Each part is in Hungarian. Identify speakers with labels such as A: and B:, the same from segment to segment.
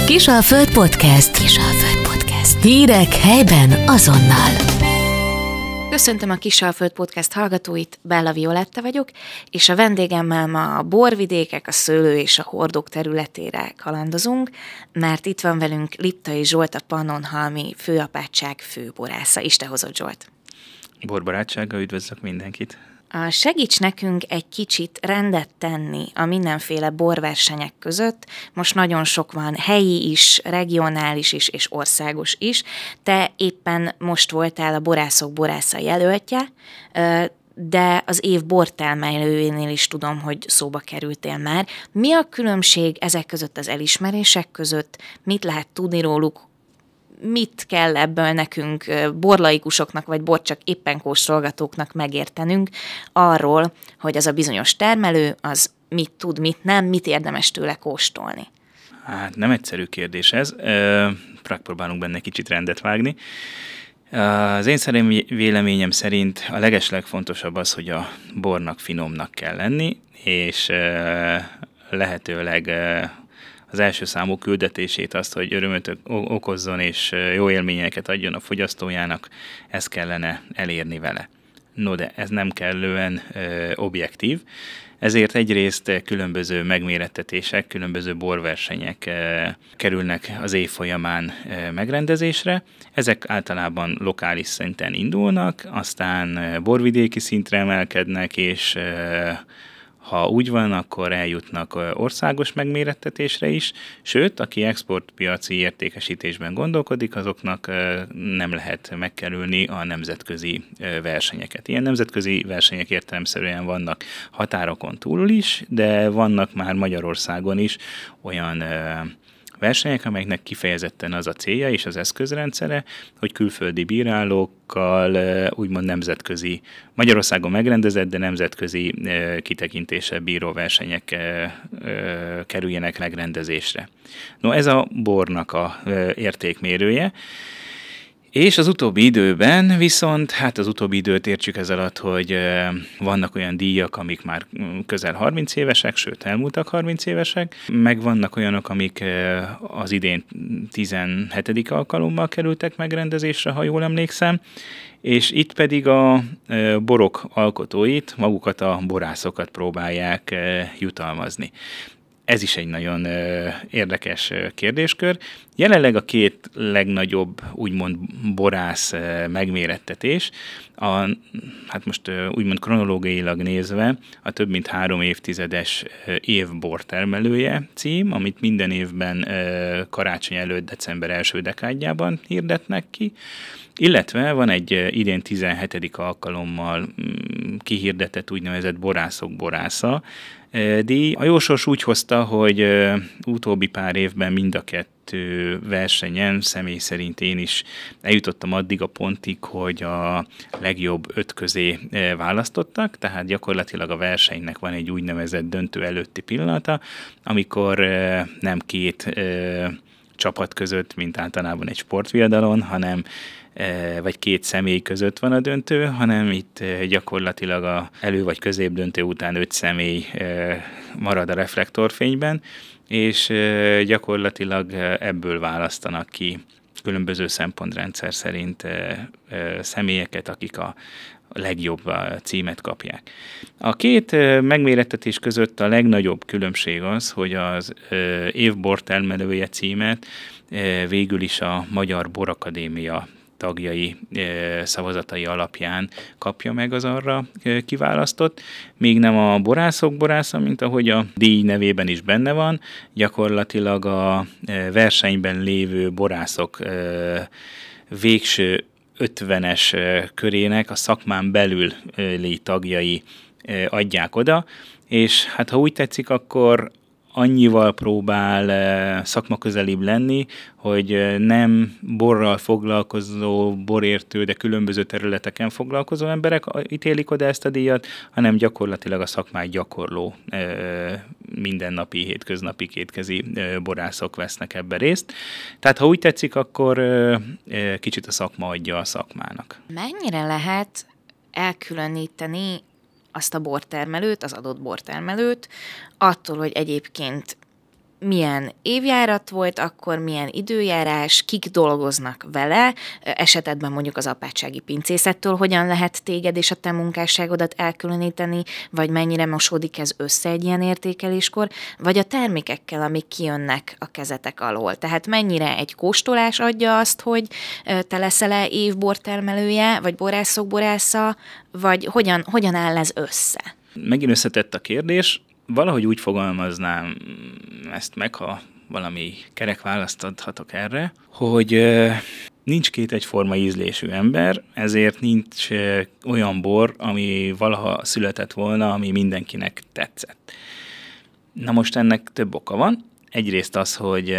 A: Kisalföld Podcast. Kisalföld Podcast. Hírek helyben azonnal.
B: Köszöntöm a Kisalföld Podcast hallgatóit, Bella Violetta vagyok, és a vendégemmel ma a borvidékek, a szőlő és a hordók területére kalandozunk, mert itt van velünk Liptai Zsolt, a Pannonhalmi főapátság főborásza. Isten hozott, Zsolt!
C: Borbarátsággal üdvözlök mindenkit!
B: Segíts nekünk egy kicsit rendet tenni a mindenféle borversenyek között. Most nagyon sok van, helyi is, regionális is és országos is. Te éppen most voltál a Borászok Borásza jelöltje, de az év bortermelőjénél is tudom, hogy szóba kerültél már. Mi a különbség ezek között, az elismerések között? Mit lehet tudni róluk? Mit kell ebből nekünk borlaikusoknak, vagy bort csak éppen kóstolgatóknak megértenünk arról, hogy az a bizonyos termelő, az mit tud, mit nem, mit érdemes tőle kóstolni?
C: Hát nem egyszerű kérdés ez, próbálunk benne kicsit rendet vágni. Az én véleményem szerint a legeslegfontosabb az, hogy a bornak finomnak kell lenni, és lehetőleg az első számú küldetését, azt, hogy örömöt okozzon és jó élményeket adjon a fogyasztójának, ezt kellene elérni vele. No, de ez nem kellően objektív, ezért egyrészt különböző megmérettetések, különböző borversenyek kerülnek az év folyamán megrendezésre. Ezek általában lokális szinten indulnak, aztán borvidéki szintre emelkednek, és ha úgy van, akkor eljutnak országos megmérettetésre is, sőt, aki exportpiaci értékesítésben gondolkodik, azoknak nem lehet megkerülni a nemzetközi versenyeket. Ilyen nemzetközi versenyek értelemszerűen vannak határokon túl is, de vannak már Magyarországon is olyan versenyek, amelyeknek kifejezetten az a célja és az eszközrendszere, hogy külföldi bírálókkal úgymond nemzetközi, Magyarországon megrendezett, de nemzetközi kitekintéssel bíró versenyek kerüljenek megrendezésre. No, ez a bornak a értékmérője. És az utóbbi időben viszont, hát az utóbbi időt értsük ez alatt, hogy vannak olyan díjak, amik már közel 30 évesek, sőt elmúltak 30 évesek, meg vannak olyanok, amik az idén 17. alkalommal kerültek megrendezésre, ha jól emlékszem, és itt pedig a borok alkotóit, magukat a borászokat próbálják jutalmazni. Ez is egy nagyon érdekes kérdéskör. Jelenleg a két legnagyobb, úgymond borász megmérettetés, hát most úgymond kronológiailag nézve, a több mint 3 évtizedes év bortermelője cím, amit minden évben karácsony előtt december első dekádjában hirdetnek ki, illetve van egy idén 17. alkalommal kihirdetett úgynevezett Borászok Borásza díj. A jósors úgy hozta, hogy utóbbi pár évben mind a kettő versenyen, személy szerint én is eljutottam addig a pontig, hogy a legjobb 5 közé választottak, tehát gyakorlatilag a versenynek van egy úgynevezett döntő előtti pillanata, amikor nem két csapat között, mint általában egy sportviadalon, vagy két személy között van a döntő, hanem itt gyakorlatilag a elő- vagy középdöntő után 5 személy marad a reflektorfényben, és gyakorlatilag ebből választanak ki különböző szempontrendszer szerint személyeket, akik a legjobb címet kapják. A két megmérettetés között a legnagyobb különbség az, hogy az év bortermelője címet végül is a Magyar Borakadémia tagjai szavazatai alapján kapja meg az arra kiválasztott, még nem a Borászok Borásza, mint ahogy a díj nevében is benne van, gyakorlatilag a versenyben lévő borászok végső 50-es körének a szakmán belüli tagjai adják oda, és hát ha úgy tetszik, akkor annyival próbál szakmaközelibb lenni, hogy nem borral foglalkozó, borértő, de különböző területeken foglalkozó emberek ítélik oda ezt a díjat, hanem gyakorlatilag a szakmát gyakorló mindennapi, hétköznapi kétkezi borászok vesznek ebbe részt. Tehát ha úgy tetszik, akkor kicsit a szakma adja a szakmának.
B: Mennyire lehet elkülöníteni azt a bortermelőt, az adott bortermelőt, attól, hogy egyébként milyen évjárat volt, akkor milyen időjárás, kik dolgoznak vele, esetedben mondjuk az apátsági pincészettől hogyan lehet téged és a te munkásságodat elkülöníteni, vagy mennyire mosódik ez össze egy ilyen értékeléskor, vagy a termékekkel, amik kijönnek a kezetek alól. Tehát mennyire egy kóstolás adja azt, hogy te leszel-e év bortermelője, vagy borászok borásza, vagy hogyan áll ez össze?
C: Megint összetett a kérdés. Valahogy úgy fogalmaznám ezt meg, ha valami kerek választ adhatok erre, hogy nincs két egyforma ízlésű ember, ezért nincs olyan bor, ami valaha született volna, ami mindenkinek tetszett. Na most ennek több oka van. Egyrészt az, hogy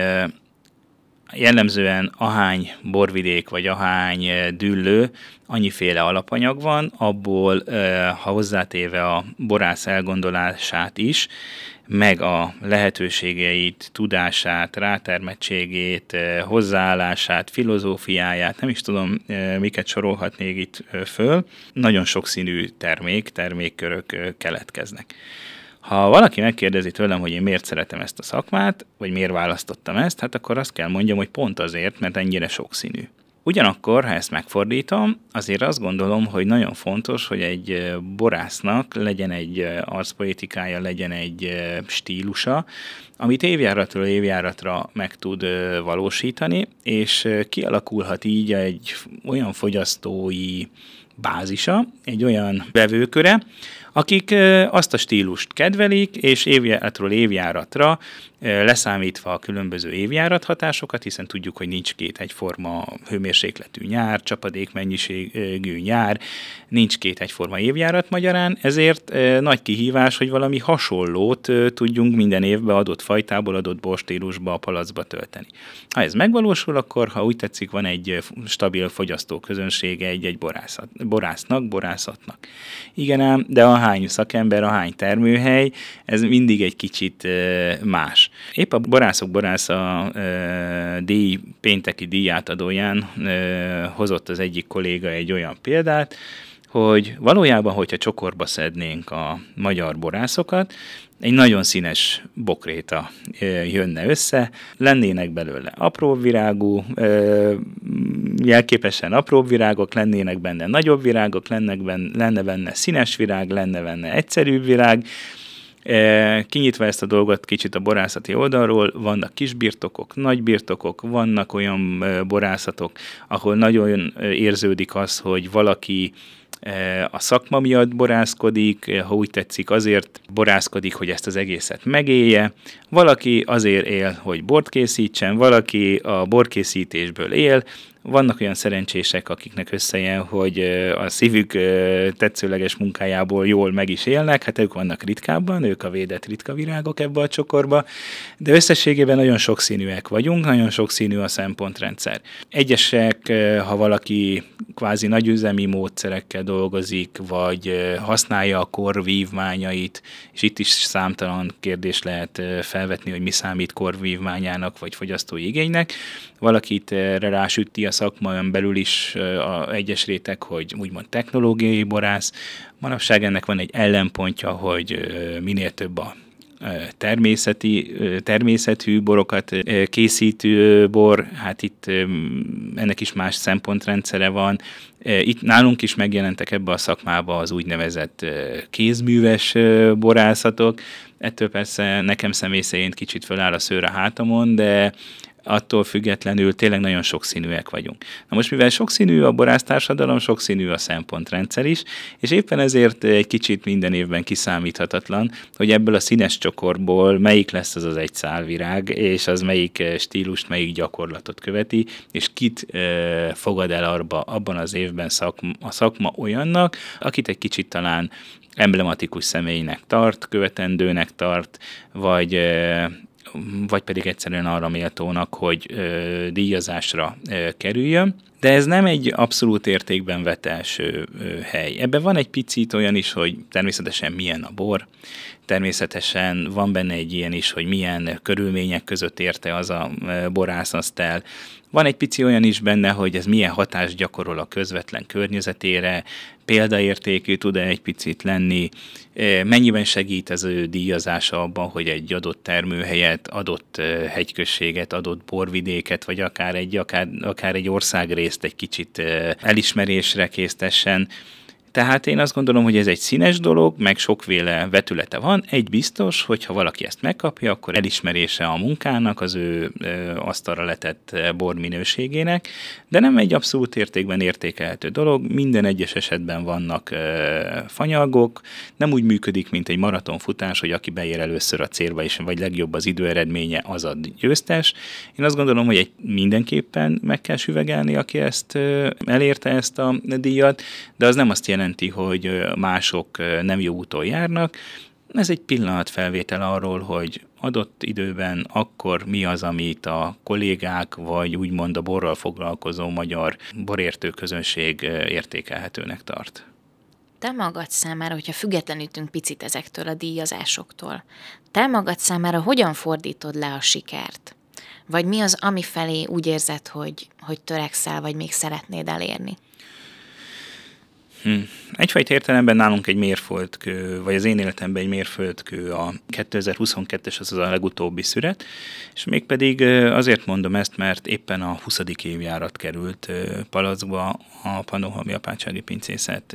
C: jellemzően ahány borvidék vagy ahány düllő, annyiféle alapanyag van, abból, ha hozzátéve a borász elgondolását is, meg a lehetőségeit, tudását, rátermettségét, hozzáállását, filozófiáját, nem is tudom, miket sorolhatnék itt föl, nagyon sokszínű termékkörök keletkeznek. Ha valaki megkérdezi tőlem, hogy én miért szeretem ezt a szakmát, vagy miért választottam ezt, hát akkor azt kell mondjam, hogy pont azért, mert ennyire sokszínű. Ugyanakkor, ha ezt megfordítom, azért azt gondolom, hogy nagyon fontos, hogy egy borásznak legyen egy arcpolitikája, legyen egy stílusa, amit évjáratról évjáratra meg tud valósítani, és kialakulhat így egy olyan fogyasztói bázisa, egy olyan vevőköre, akik azt a stílust kedvelik, és évjáratról évjáratra, leszámítva a különböző évjárathatásokat, hiszen tudjuk, hogy nincs két egyforma hőmérsékletű nyár, csapadékmennyiségű nyár, nincs két egyforma évjárat magyarán, ezért nagy kihívás, hogy valami hasonlót tudjunk minden évben adott fajtából, adott borstílusba, a palacba tölteni. Ha ez megvalósul, akkor, ha úgy tetszik, van egy stabil fogyasztóközönsége egy borászatnak. Igen ám, de ahány szakember, ahány termőhely, ez mindig egy kicsit más. Épp a Borászok Borásza pénteki díjátadóján hozott az egyik kolléga egy olyan példát, hogy valójában, hogyha csokorba szednénk a magyar borászokat, egy nagyon színes bokréta jönne össze, lennének belőle apróbb virágú, jelképesen apróbb virágok, lennének benne nagyobb virágok, lenne benne színes virág, lenne benne egyszerűbb virág. Kinyitva ezt a dolgot kicsit a borászati oldalról, vannak kisbirtokok, nagybirtokok, vannak olyan borászatok, ahol nagyon érződik az, hogy valaki a szakma miatt borászkodik, ha úgy tetszik, azért borászkodik, hogy ezt az egészet megélje. Valaki azért él, hogy bort készítsen, valaki a borkészítésből él. Vannak olyan szerencsések, akiknek összejön, hogy a szívük tetszőleges munkájából jól meg is élnek, hát ők vannak ritkábban, ők a védett ritka virágok ebbe a csokorba, de összességében nagyon sokszínűek vagyunk, nagyon sokszínű a szempontrendszer. Egyesek, ha valaki kvázi nagyüzemi módszerekkel dolgozik, vagy használja a kor vívmányait, és itt is számtalan kérdés lehet felvetni, hogy mi számít korvívmányának, vagy fogyasztói igénynek. Valakit erre rásütti a szakmán belül is egyes réteg, hogy úgymond technológiai borász. Manapság ennek van egy ellenpontja, hogy minél több a természetű borokat készítő bor, hát itt ennek is más szempontrendszere van. Itt nálunk is megjelentek ebbe a szakmába az úgynevezett kézműves borászatok. Ettől persze nekem személy szerint kicsit föláll a szőr a hátamon, de attól függetlenül tényleg nagyon sokszínűek vagyunk. Na most, mivel sokszínű a borásztársadalom, sokszínű a szempontrendszer is, és éppen ezért egy kicsit minden évben kiszámíthatatlan, hogy ebből a színes csokorból melyik lesz az egy szálvirág, és az melyik stílust, melyik gyakorlatot követi, és kit fogad el abban az évben a szakma olyannak, akit egy kicsit talán emblematikus személynek tart, követendőnek tart, vagy pedig egyszerűen arra méltónak, hogy díjazásra kerüljön. De ez nem egy abszolút értékben vett első hely. Ebben van egy picit olyan is, hogy természetesen milyen a bor, természetesen van benne egy ilyen is, hogy milyen körülmények között érte az a borász azt el. Van egy pici olyan is benne, hogy ez milyen hatást gyakorol a közvetlen környezetére, példaértékű tud-e egy picit lenni, mennyiben segít az ő díjazása abban, hogy egy adott termőhelyet, adott hegyközséget, adott borvidéket, vagy akár egy országrészt egy kicsit elismerésre késztessen. Tehát én azt gondolom, hogy ez egy színes dolog, meg sokféle vetülete van. Egy biztos, hogy ha valaki ezt megkapja, akkor elismerése a munkának, az ő asztalra letett bor minőségének, de nem egy abszolút értékben értékelhető dolog. Minden egyes esetben vannak fanyalgok, nem úgy működik, mint egy maratonfutás, hogy aki beér először a célba, és vagy legjobb az időeredménye, az a győztes. Én azt gondolom, hogy mindenképpen meg kell süvegelni, aki elérte ezt a díjat, de az nem azt jelenti, hogy mások nem jó úton járnak. Ez egy pillanatfelvétel arról, hogy adott időben akkor mi az, amit a kollégák, vagy úgymond a borral foglalkozó magyar borértő közönség értékelhetőnek tart.
B: Te magad számára, hogyha függetlenítünk picit ezektől a díjazásoktól, te magad számára hogyan fordítod le a sikert? Vagy mi az, ami felé úgy érzed, hogy törekszel, vagy még szeretnéd elérni?
C: Egyfajta értelemben nálunk egy mérföldkő, vagy az én életemben egy mérföldkő a 2022-es, az a legutóbbi szüret, és mégpedig azért mondom ezt, mert éppen a 20. évjárat került palackba a Pannonhalmi Apátsági Pincészet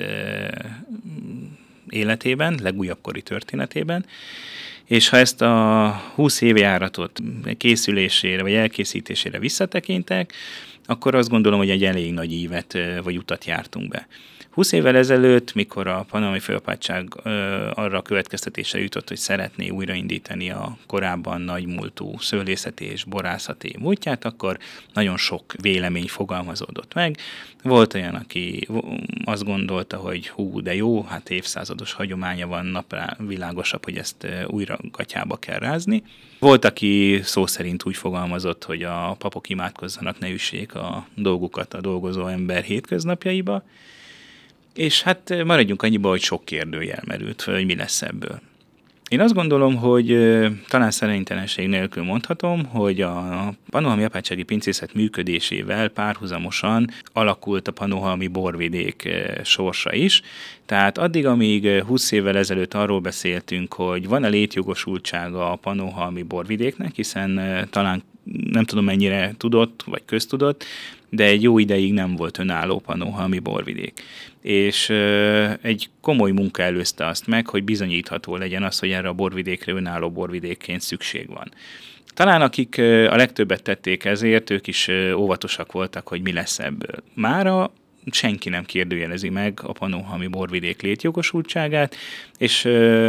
C: életében, legújabb kori történetében, és ha ezt a 20 évjáratot készülésére, vagy elkészítésére visszatekintek, akkor azt gondolom, hogy egy elég nagy ívet, vagy utat jártunk be. 20 évvel ezelőtt, mikor a Pannonhalmi Főapátság arra a következtetésre jutott, hogy szeretné újraindítani a korábban nagymúltú szőlészeti és borászati múltját, akkor nagyon sok vélemény fogalmazódott meg. Volt olyan, aki azt gondolta, hogy de jó, hát évszázados hagyománya van, napra világosabb, hogy ezt újra gatyába kell rázni. Volt, aki szó szerint úgy fogalmazott, hogy a papok imádkozzanak, ne üssék a dolgukat a dolgozó ember hétköznapjaiba. És hát maradjunk annyiba, hogy sok kérdőjel merült, hogy mi lesz ebből. Én azt gondolom, hogy talán szerénytelenség nélkül mondhatom, hogy a Pannonhalmi Apátsági Pincészet működésével párhuzamosan alakult a pannonhalmi borvidék sorsa is. Tehát addig, amíg 20 évvel ezelőtt arról beszéltünk, hogy van-e létjogosultsága a pannonhalmi borvidéknek, hiszen talán nem tudom mennyire tudott, vagy köztudott, de egy jó ideig nem volt önálló pannonhalmi borvidék. És egy komoly munka előzte azt meg, hogy bizonyítható legyen az, hogy erre a borvidékre önálló borvidékként szükség van. Talán akik a legtöbbet tették ezért, ők is óvatosak voltak, hogy mi lesz ebből. Mára senki nem kérdőjelezi meg a pannonhalmi borvidék létjogosultságát, és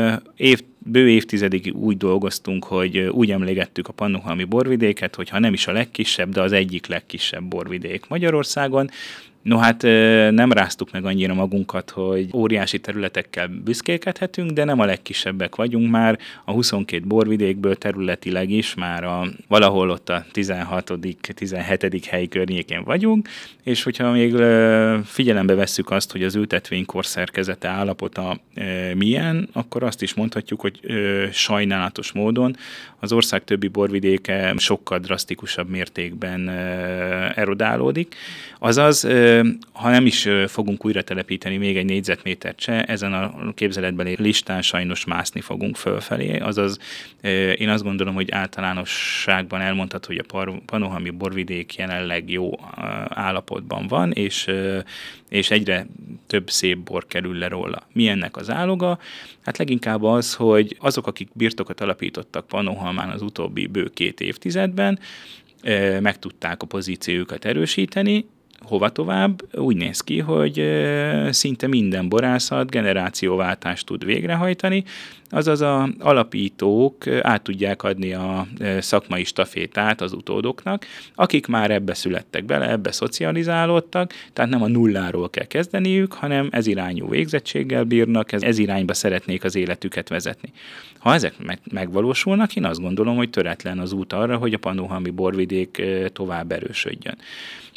C: bő évtizedig úgy dolgoztunk, hogy úgy emlegettük a pannonhalmi borvidéket, hogy ha nem is a legkisebb, de az egyik legkisebb borvidék Magyarországon. No hát nem ráztuk meg annyira magunkat, hogy óriási területekkel büszkélkedhetünk, de nem a legkisebbek vagyunk már. A 22 borvidékből területileg is már valahol ott a 16., 17. hely környékén vagyunk, és hogyha még figyelembe vesszük azt, hogy az ültetvénykor szerkezete állapota milyen, akkor azt is mondhatjuk, hogy sajnálatos módon az ország többi borvidéke sokkal drasztikusabb mértékben erodálódik. Azaz, ha nem is fogunk újra telepíteni még egy négyzetmétert se, ezen a képzeletbeli listán sajnos mászni fogunk fölfelé. Azaz, én azt gondolom, hogy általánosságban elmondható, hogy a pannonhalmi borvidék jelenleg jó állapotban van, és egyre több szép bor kerül le róla. Mi ennek az áloga? Hát leginkább az, hogy azok, akik birtokot alapítottak Pannonhalmán az utóbbi bő 2 évtizedben, meg tudták a pozíciójukat erősíteni. Hova tovább? Úgy néz ki, hogy szinte minden borászat generációváltást tud végrehajtani, azaz az alapítók át tudják adni a szakmai stafétát az utódoknak, akik már ebbe születtek bele, ebbe szocializálódtak, tehát nem a nulláról kell kezdeniük, hanem ez irányú végzettséggel bírnak, ez irányba szeretnék az életüket vezetni. Ha ezek megvalósulnak, én azt gondolom, hogy töretlen az út arra, hogy a pannonhalmi borvidék tovább erősödjön.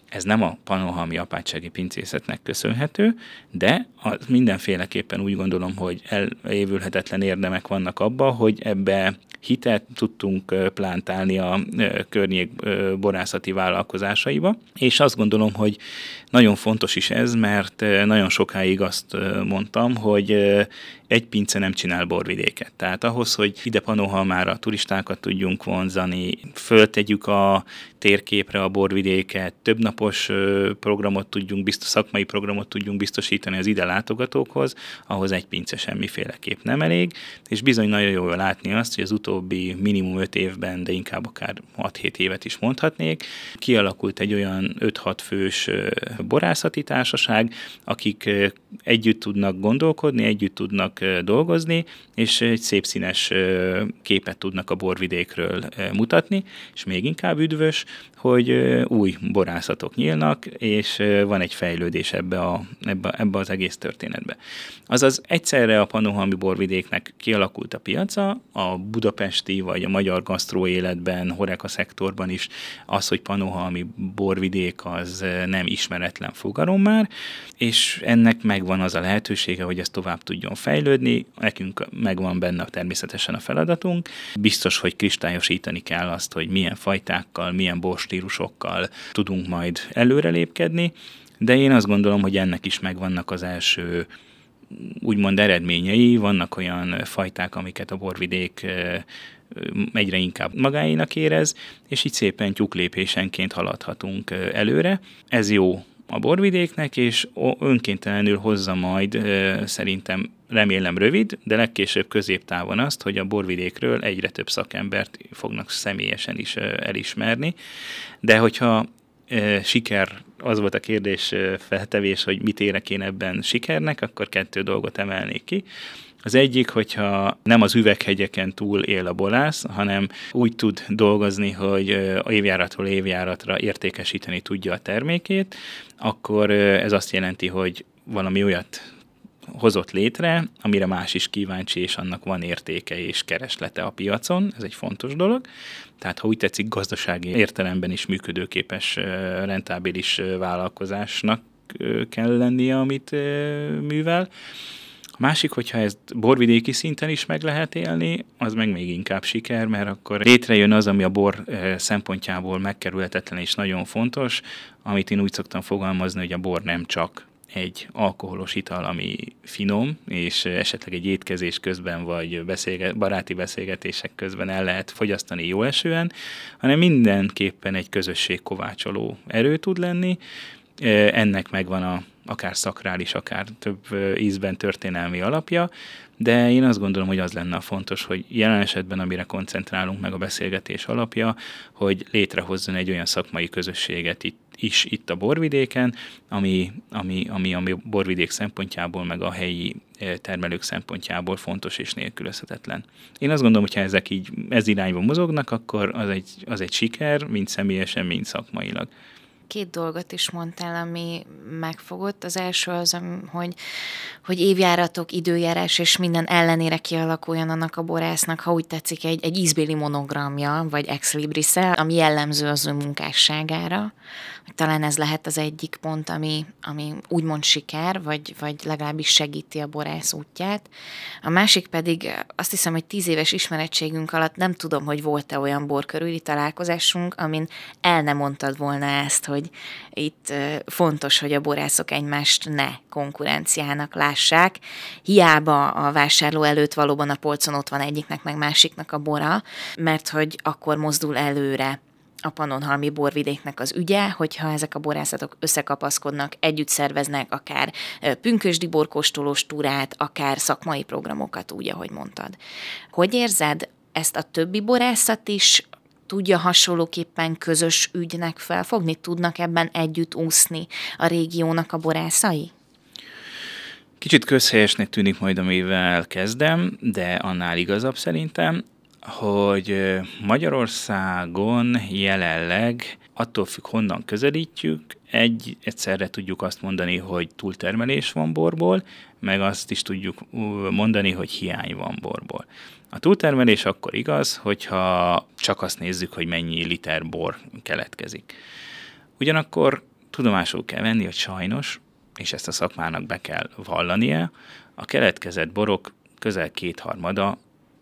C: Ez nem a pannonhalmi apátsági pincészetnek köszönhető, de mindenféleképpen úgy gondolom, hogy elévülhetetlen érdemek vannak abba, hogy ebbe hitet tudtunk plántálni a környék borászati vállalkozásaiba, és azt gondolom, hogy nagyon fontos is ez, mert nagyon sokáig azt mondtam, hogy egy pince nem csinál borvidéket. Tehát ahhoz, hogy ide Pannonhalmára turistákat tudjunk vonzani, föltegyük a térképre a borvidéket, többnapos szakmai programot tudjunk biztosítani az ide látogatókhoz, ahhoz egy pince semmiféleképp nem elég, és bizony nagyon jól látni azt, hogy az utóbbi minimum 5 évben, de inkább akár 6-7 évet is mondhatnék, kialakult egy olyan 5-6 fős borászati társaság, akik együtt tudnak gondolkodni, együtt tudnak dolgozni, és egy szép színes képet tudnak a borvidékről mutatni, és még inkább üdvös, hogy új borászatok nyílnak, és van egy fejlődés ebbe az egész történetbe. Azaz egyszerre a pannonhalmi borvidéknek kialakult a piaca, a budapesti vagy a magyar gasztró életben, HoReCa szektorban is az, hogy pannonhalmi borvidék az nem ismeretlen fogalom már, és ennek megvan az a lehetősége, hogy ez tovább tudjon fejlődni, nekünk megvan benne természetesen a feladatunk. Biztos, hogy kristályosítani kell azt, hogy milyen fajtákkal, milyen borstílusokkal tudunk majd előrelépkedni, de én azt gondolom, hogy ennek is megvannak az első úgymond eredményei, vannak olyan fajták, amiket a borvidék egyre inkább magáénak érez, és így szépen tyúklépésenként haladhatunk előre. Ez jó a borvidéknek, és önkéntelenül hozza majd szerintem, remélem rövid, de legkésőbb középtávon azt, hogy a borvidékről egyre több szakembert fognak személyesen is elismerni. De hogyha siker, az volt a kérdés feltevés, hogy mit érek én ebben sikernek, akkor 2 dolgot emelnék ki. Az egyik, hogyha nem az üveghegyeken túl él a borász, hanem úgy tud dolgozni, hogy évjáratról évjáratra értékesíteni tudja a termékét, akkor ez azt jelenti, hogy valami olyat hozott létre, amire más is kíváncsi, és annak van értéke és kereslete a piacon, ez egy fontos dolog. Tehát, ha úgy tetszik, gazdasági értelemben is működőképes, rentábilis vállalkozásnak kell lennie, amit művel. A másik, hogyha ezt borvidéki szinten is meg lehet élni, az meg még inkább siker, mert akkor létrejön az, ami a bor szempontjából megkerülhetetlen és nagyon fontos, amit én úgy szoktam fogalmazni, hogy a bor nem csak egy alkoholos ital, ami finom, és esetleg egy étkezés közben, vagy baráti beszélgetések közben el lehet fogyasztani jó esően, hanem mindenképpen egy közösségkovácsoló erő tud lenni. Ennek megvan akár szakrális, akár több ízben történelmi alapja, de én azt gondolom, hogy az lenne a fontos, hogy jelen esetben, amire koncentrálunk meg a beszélgetés alapja, hogy létrehozzon egy olyan szakmai közösséget itt a borvidéken, ami a borvidék szempontjából, meg a helyi termelők szempontjából fontos és nélkülözhetetlen. Én azt gondolom, hogy ha ezek így ez irányba mozognak, akkor az egy siker, mind személyesen, mind szakmailag.
B: 2 dolgot is mondtál, ami megfogott. Az első az, hogy évjáratok, időjárás és minden ellenére kialakuljon annak a borásznak, ha úgy tetszik, egy ízbéli monogramja, vagy ex libris-e, ami jellemző az ő munkásságára. Talán ez lehet az egyik pont, ami úgymond siker, vagy legalábbis segíti a borász útját. A másik pedig azt hiszem, hogy 10 éves ismerettségünk alatt nem tudom, hogy volt-e olyan borkörüli találkozásunk, amin el nem mondtad volna ezt, hogy itt fontos, hogy a borászok egymást ne konkurenciának lássák. Hiába a vásárló előtt valóban a polcon ott van egyiknek meg másiknak a bora, mert hogy akkor mozdul előre a pannonhalmi borvidéknek az ügye, hogyha ezek a borászatok összekapaszkodnak, együtt szerveznek akár pünkösdi borkóstolós túrát, akár szakmai programokat, úgy, ahogy mondtad. Hogy érzed, ezt a többi borászat is tudja hasonlóképpen közös ügynek felfogni? Tudnak ebben együtt úszni a régiónak a borászai?
C: Kicsit közhelyesnek tűnik majd, amivel kezdem, de annál igazabb szerintem, hogy Magyarországon jelenleg attól függ, honnan közelítjük, egyszerre tudjuk azt mondani, hogy túltermelés van borból, meg azt is tudjuk mondani, hogy hiány van borból. A túltermelés akkor igaz, hogyha csak azt nézzük, hogy mennyi liter bor keletkezik. Ugyanakkor tudomásul kell venni, hogy sajnos, és ezt a szakmának be kell vallania, a keletkezett borok közel 2/3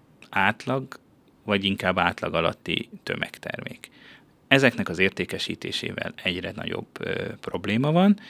C: átlag, vagy inkább átlag alatti tömegtermék. Ezeknek az értékesítésével egyre nagyobb probléma van.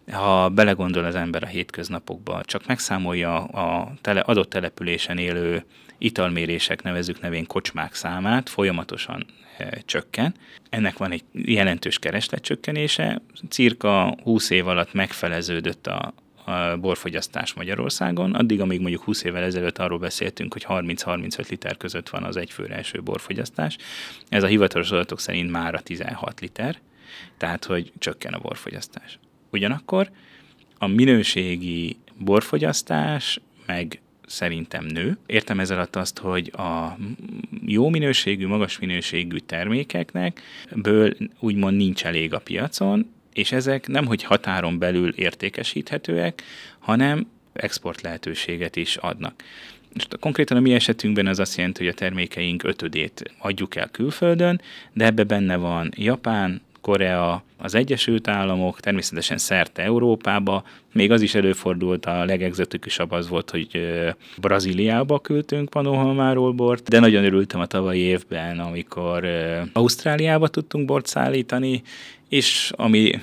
C: Ha belegondol az ember a hétköznapokba, csak megszámolja a adott településen élő italmérések, nevezzük nevén kocsmák számát, folyamatosan csökken. Ennek van egy jelentős keresletcsökkenése. Cirka 20 év alatt megfeleződött a borfogyasztás Magyarországon, addig, amíg mondjuk 20 évvel ezelőtt arról beszéltünk, hogy 30-35 liter között van az egyfőre eső borfogyasztás. Ez a hivatalos adatok szerint mára 16 liter, tehát hogy csökken a borfogyasztás. Ugyanakkor a minőségi borfogyasztás meg szerintem nő. Értem ez alatt azt, hogy a jó minőségű, magas minőségű termékekből úgymond nincs elég a piacon, és ezek nemhogy határon belül értékesíthetőek, hanem export lehetőséget is adnak. Most konkrétan a mi esetünkben az azt jelenti, hogy a termékeink 5/5-ét adjuk el külföldön, de ebbe benne van Japán, Korea, az Egyesült Államok, természetesen szerte Európába, még az is előfordult, a legegzotikusabb az volt, hogy Brazíliába küldtünk Panohalmáról bort, de nagyon örültem a tavalyi évben, amikor Ausztráliába tudtunk bort szállítani, és ami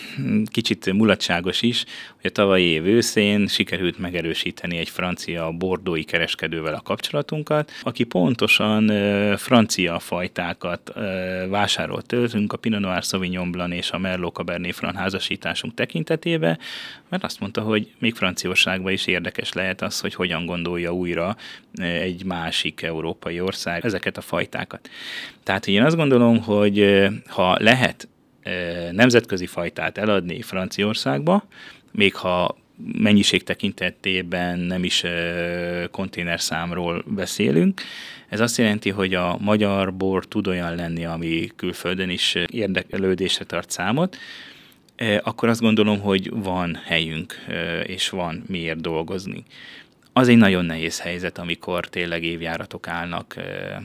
C: kicsit mulatságos is, hogy a tavalyi év őszén sikerült megerősíteni egy francia bordói kereskedővel a kapcsolatunkat, aki pontosan francia fajtákat vásárolt tőlünk a Pinot Noir Sauvignon Blanc és a Merlot Cabernet Franc házasításunk tekintetében, mert azt mondta, hogy még Franciaországban is érdekes lehet az, hogy hogyan gondolja újra egy másik európai ország ezeket a fajtákat. Tehát én azt gondolom, hogy ha lehet nemzetközi fajtát eladni Franciaországba, még ha mennyiség tekintetében nem is konténerszámról beszélünk. Ez azt jelenti, hogy a magyar bor tud olyan lenni, ami külföldön is érdeklődésre tart számot, akkor azt gondolom, hogy van helyünk, és van miért dolgozni. Az egy nagyon nehéz helyzet, amikor tényleg évjáratok állnak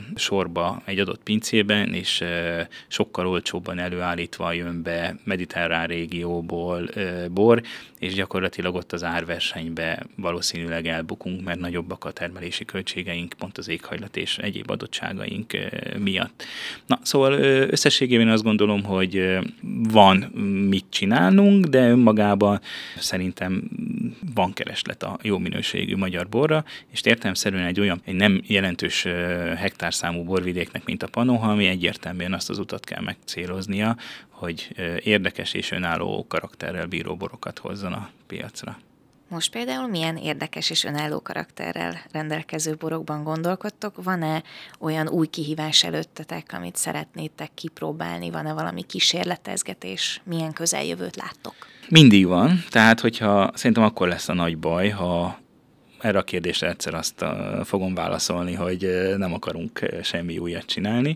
C: sorba egy adott pincében, és sokkal olcsóbban előállítva jön be mediterrán régióból bor, és gyakorlatilag ott az árversenybe valószínűleg elbukunk, mert nagyobbak a termelési költségeink pont az éghajlat és egyéb adottságaink miatt. Na, szóval összességében azt gondolom, hogy van mit csinálnunk, de önmagában szerintem van kereslet a jó minőségű magyar borra, és értelemszerűen egy nem jelentős hektárszámú borvidéknek, mint a Panoha, egyértelműen azt az utat kell megcéloznia, hogy érdekes és önálló karakterrel bíró borokat hozzon a piacra.
B: Most például milyen érdekes és önálló karakterrel rendelkező borokban gondolkodtok? Van-e olyan új kihívás előttetek, amit szeretnétek kipróbálni? Van-e valami kísérletezgetés? Milyen közeljövőt láttok?
C: Mindig van, tehát hogyha szerintem akkor lesz a nagy baj, ha erre a kérdésre egyszer azt fogom válaszolni, hogy nem akarunk semmi újat csinálni.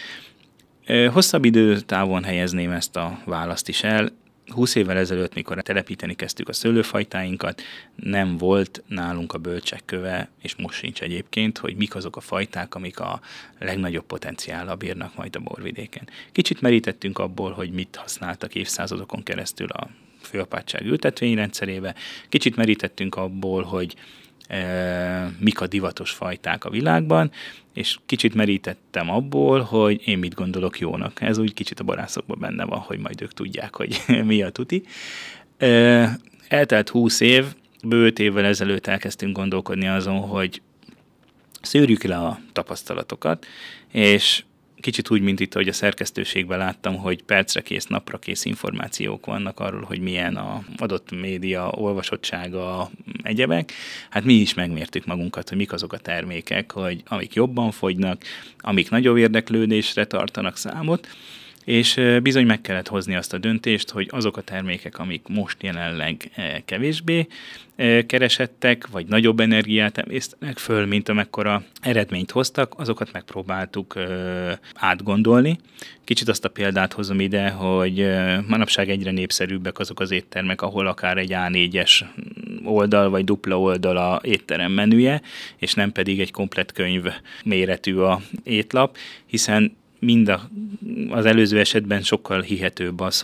C: Hosszabb időtávon helyezném ezt a választ is el. 20 évvel ezelőtt, mikor telepíteni kezdtük a szőlőfajtáinkat, nem volt nálunk a bölcsekköve, és most sincs egyébként, hogy mik azok a fajták, amik a legnagyobb potenciállal bírnak majd a borvidéken. Kicsit merítettünk abból, hogy mit használtak évszázadokon keresztül a főapátság ültetvényrendszerébe, kicsit merítettünk abból, hogy mik a divatos fajták a világban, és kicsit merítettem abból, hogy én mit gondolok jónak. Ez úgy kicsit a borászokban benne van, hogy majd ők tudják, hogy mi a tuti. Eltelt 20 év, bő 5 évvel ezelőtt elkezdtünk gondolkodni azon, hogy szűrjük le a tapasztalatokat, és kicsit úgy, mint itt, hogy a szerkesztőségben láttam, hogy percre kész, napra kész információk vannak arról, hogy milyen az adott média olvasottsága, egyebek. Hát mi is megmértük magunkat, hogy mik azok a termékek, hogy amik jobban fogynak, amik nagyobb érdeklődésre tartanak számot, és bizony meg kellett hozni azt a döntést, hogy azok a termékek, amik most jelenleg kevésbé keresettek, vagy nagyobb energiát emésztenek föl, mint amekkora eredményt hoztak, azokat megpróbáltuk átgondolni. Kicsit azt a példát hozom ide, hogy manapság egyre népszerűbbek azok az éttermek, ahol akár egy A4-es oldal, vagy dupla oldal a étterem menüje, és nem pedig egy komplett könyv méretű a étlap, hiszen mind az előző esetben sokkal hihetőbb az, hogy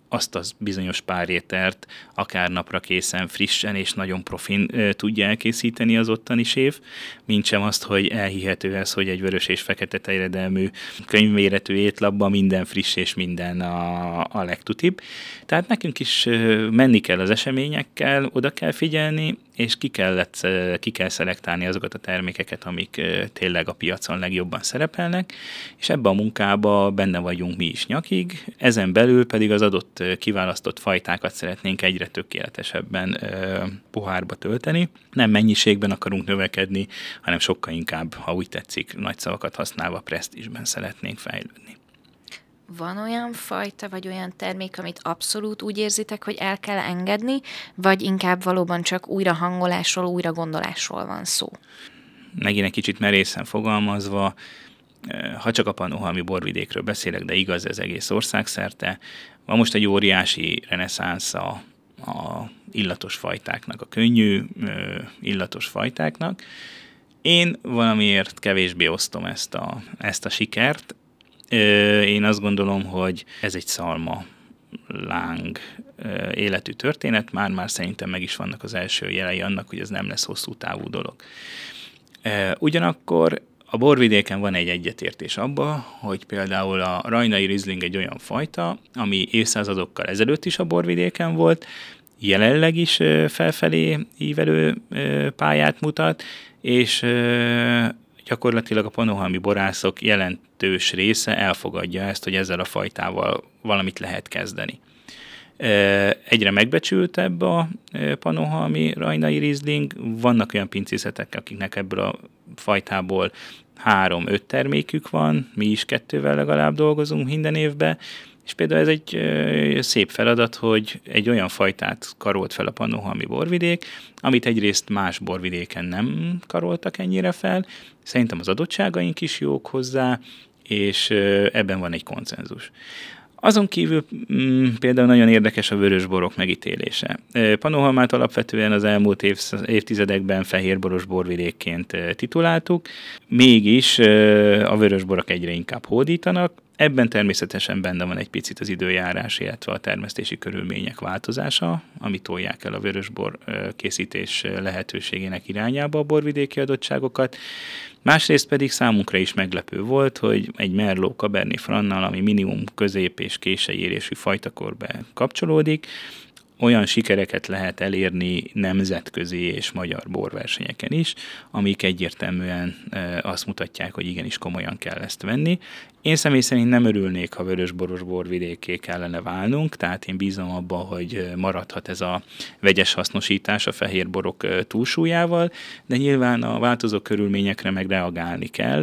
C: azt az bizonyos pár ételt akár napra készen, frissen és nagyon profin tudja elkészíteni az ottani séf, mintsem azt, hogy elhihető ez, hogy egy vörös és fekete terjedelmű könyvméretű étlapban minden friss és minden a legtutibb. Tehát nekünk is menni kell az eseményekkel, oda kell figyelni, és ki kell szelektálni azokat a termékeket, amik tényleg a piacon legjobban szerepelnek, és ebbe a munkába benne vagyunk mi is nyakig, ezen belül pedig az adott kiválasztott fajtákat szeretnénk egyre tökéletesebben pohárba tölteni. Nem mennyiségben akarunk növekedni, hanem sokkal inkább, ha úgy tetszik, nagy szavakat használva presztízsben szeretnénk fejlődni.
B: Van olyan fajta, vagy olyan termék, amit abszolút úgy érzitek, hogy el kell engedni, vagy inkább valóban csak újra hangolásról, újra gondolásról van szó?
C: Megint egy kicsit merészen fogalmazva, ha csak a pannonhalmi borvidékről beszélek, de igaz ez egész országszerte, van most egy óriási reneszánsz a illatos fajtáknak, a könnyű illatos fajtáknak. Én valamiért kevésbé osztom ezt a sikert. Én azt gondolom, hogy ez egy szalma láng életű történet, már szerintem meg is vannak az első jelei annak, hogy ez nem lesz hosszú távú dolog. Ugyanakkor a borvidéken van egy egyetértés abba, hogy például a rajnai Riesling egy olyan fajta, ami évszázadokkal ezelőtt is a borvidéken volt, jelenleg is felfelé ívelő pályát mutat, és gyakorlatilag a pannonhalmi borászok jelentős része elfogadja ezt, hogy ezzel a fajtával valamit lehet kezdeni. Egyre megbecsültebb a pannonhalmi rajnai Riesling, vannak olyan pincészetek, akiknek ebből a fajtából 3-5 termékük van, mi is 2-vel legalább dolgozunk minden évben, és például ez egy szép feladat, hogy egy olyan fajtát karolt fel a pannonhalmi borvidék, amit egyrészt más borvidéken nem karoltak ennyire fel, szerintem az adottságaink is jók hozzá, és ebben van egy konszenzus. Azon kívül például nagyon érdekes a vörösborok megítélése. Pannonhalmát alapvetően az elmúlt évtizedekben fehérboros borvidékként tituláltuk, mégis a vörösborok egyre inkább hódítanak. Ebben természetesen benne van egy picit az időjárás, illetve a termesztési körülmények változása, ami tolják el a vörösbor készítés lehetőségének irányába a borvidéki adottságokat. Másrészt pedig számunkra is meglepő volt, hogy egy Merlot Cabernet Franc-nal, ami minimum közép- és kései érésű fajtakorba kapcsolódik, olyan sikereket lehet elérni nemzetközi és magyar borversenyeken is, amik egyértelműen azt mutatják, hogy igenis komolyan kell ezt venni. Én személy szerint nem örülnék, ha vörösboros borvidékké kellene válnunk, tehát én bízom abban, hogy maradhat ez a vegyes hasznosítás a fehérborok túlsúlyával, de nyilván a változó körülményekre meg reagálni kell.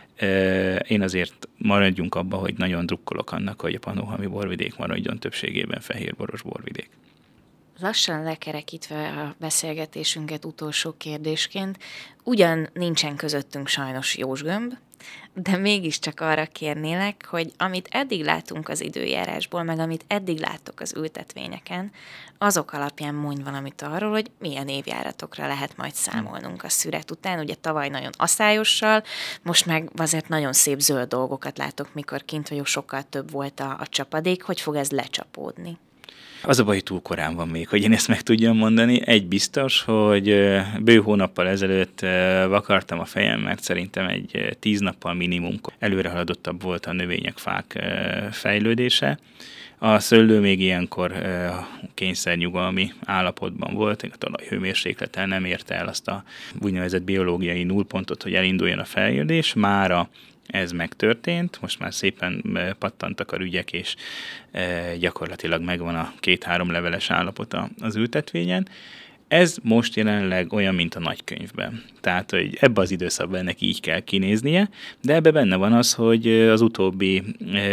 C: Én azért maradjunk abba, hogy nagyon drukkolok annak, hogy a pannonhalmi borvidék maradjon többségében fehérboros borvidék.
B: Lassan lekerekítve a beszélgetésünket utolsó kérdésként, ugyan nincsen közöttünk sajnos Jósgömb, de mégiscsak arra kérnélek, hogy amit eddig látunk az időjárásból, meg amit eddig láttok az ültetvényeken, azok alapján mondj valamit arról, hogy milyen évjáratokra lehet majd számolnunk a szüret után. Ugye tavaly nagyon aszályossal, most meg azért nagyon szép zöld dolgokat látok, mikor kint vagyok, sokkal több volt a csapadék. Hogy fog ez lecsapódni?
C: Az a baj, túl korán van még, hogy én ezt meg tudjam mondani. Egy biztos, hogy bő hónappal ezelőtt vakartam a fejem, mert szerintem egy 10 nappal minimum előrehaladottabb volt a növények, fák fejlődése. A szőlő még ilyenkor kényszernyugalmi állapotban volt, a talajhőmérsékleten nem érte el azt a úgynevezett biológiai nullpontot, hogy elinduljon a fejlődés. Mára ez megtörtént, most már szépen pattantak a rügyek, és gyakorlatilag megvan a 2-3 leveles állapota az ültetvényen. Ez most jelenleg olyan, mint a nagykönyvben. Tehát, hogy ebbe az időszakban ennek így kell kinéznie, de ebbe benne van az, hogy az utóbbi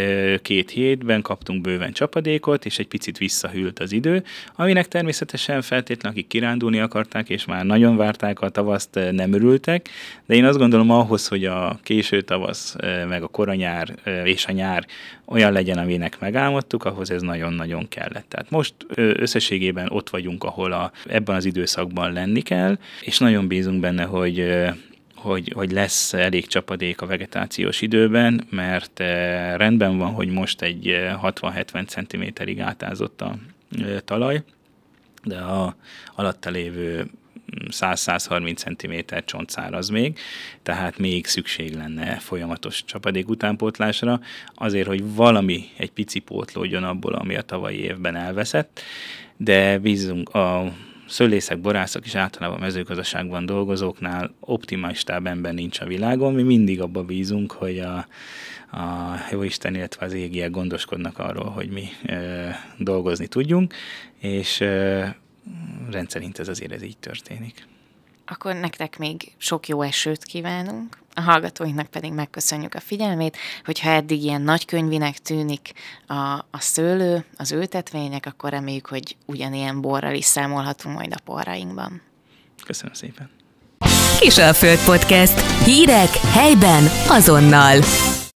C: 2 hétben kaptunk bőven csapadékot, és egy picit visszahűlt az idő, aminek természetesen feltétlenül, akik kirándulni akarták, és már nagyon várták a tavaszt, nem örültek, de én azt gondolom ahhoz, hogy a késő tavasz, meg a koranyár és a nyár olyan legyen, aminek megálmodtuk, ahhoz ez nagyon-nagyon kellett. Tehát most összességében ott vagyunk, ahol ebben az időszakban lenni kell, és nagyon bízunk benne, hogy hogy lesz elég csapadék a vegetációs időben, mert rendben van, hogy most egy 60-70 cm-ig átázott a talaj, de a alatta lévő 100-130 cm csontszáraz még, tehát még szükség lenne folyamatos csapadék utánpótlásra, azért, hogy valami egy pici pótlódjon abból, ami a tavalyi évben elveszett, de bízunk a szőlészek, borászok és általában mezőgazdaságban dolgozóknál optimistább ember nincs a világon, mi mindig abba bízunk, hogy a Jóisten, illetve az égiek gondoskodnak arról, hogy mi dolgozni tudjunk, és rendszerint ez így történik.
B: Akkor nektek még sok jó esőt kívánunk, a hallgatóinknak pedig megköszönjük a figyelmét, hogyha eddig ilyen nagykönyvinek tűnik a szőlő, az ültetvények, akkor reméljük, hogy ugyanilyen borral is számolhatunk majd a porrainkban.
C: Köszönöm szépen!
A: Kisalföld Podcast. Hírek helyben azonnal.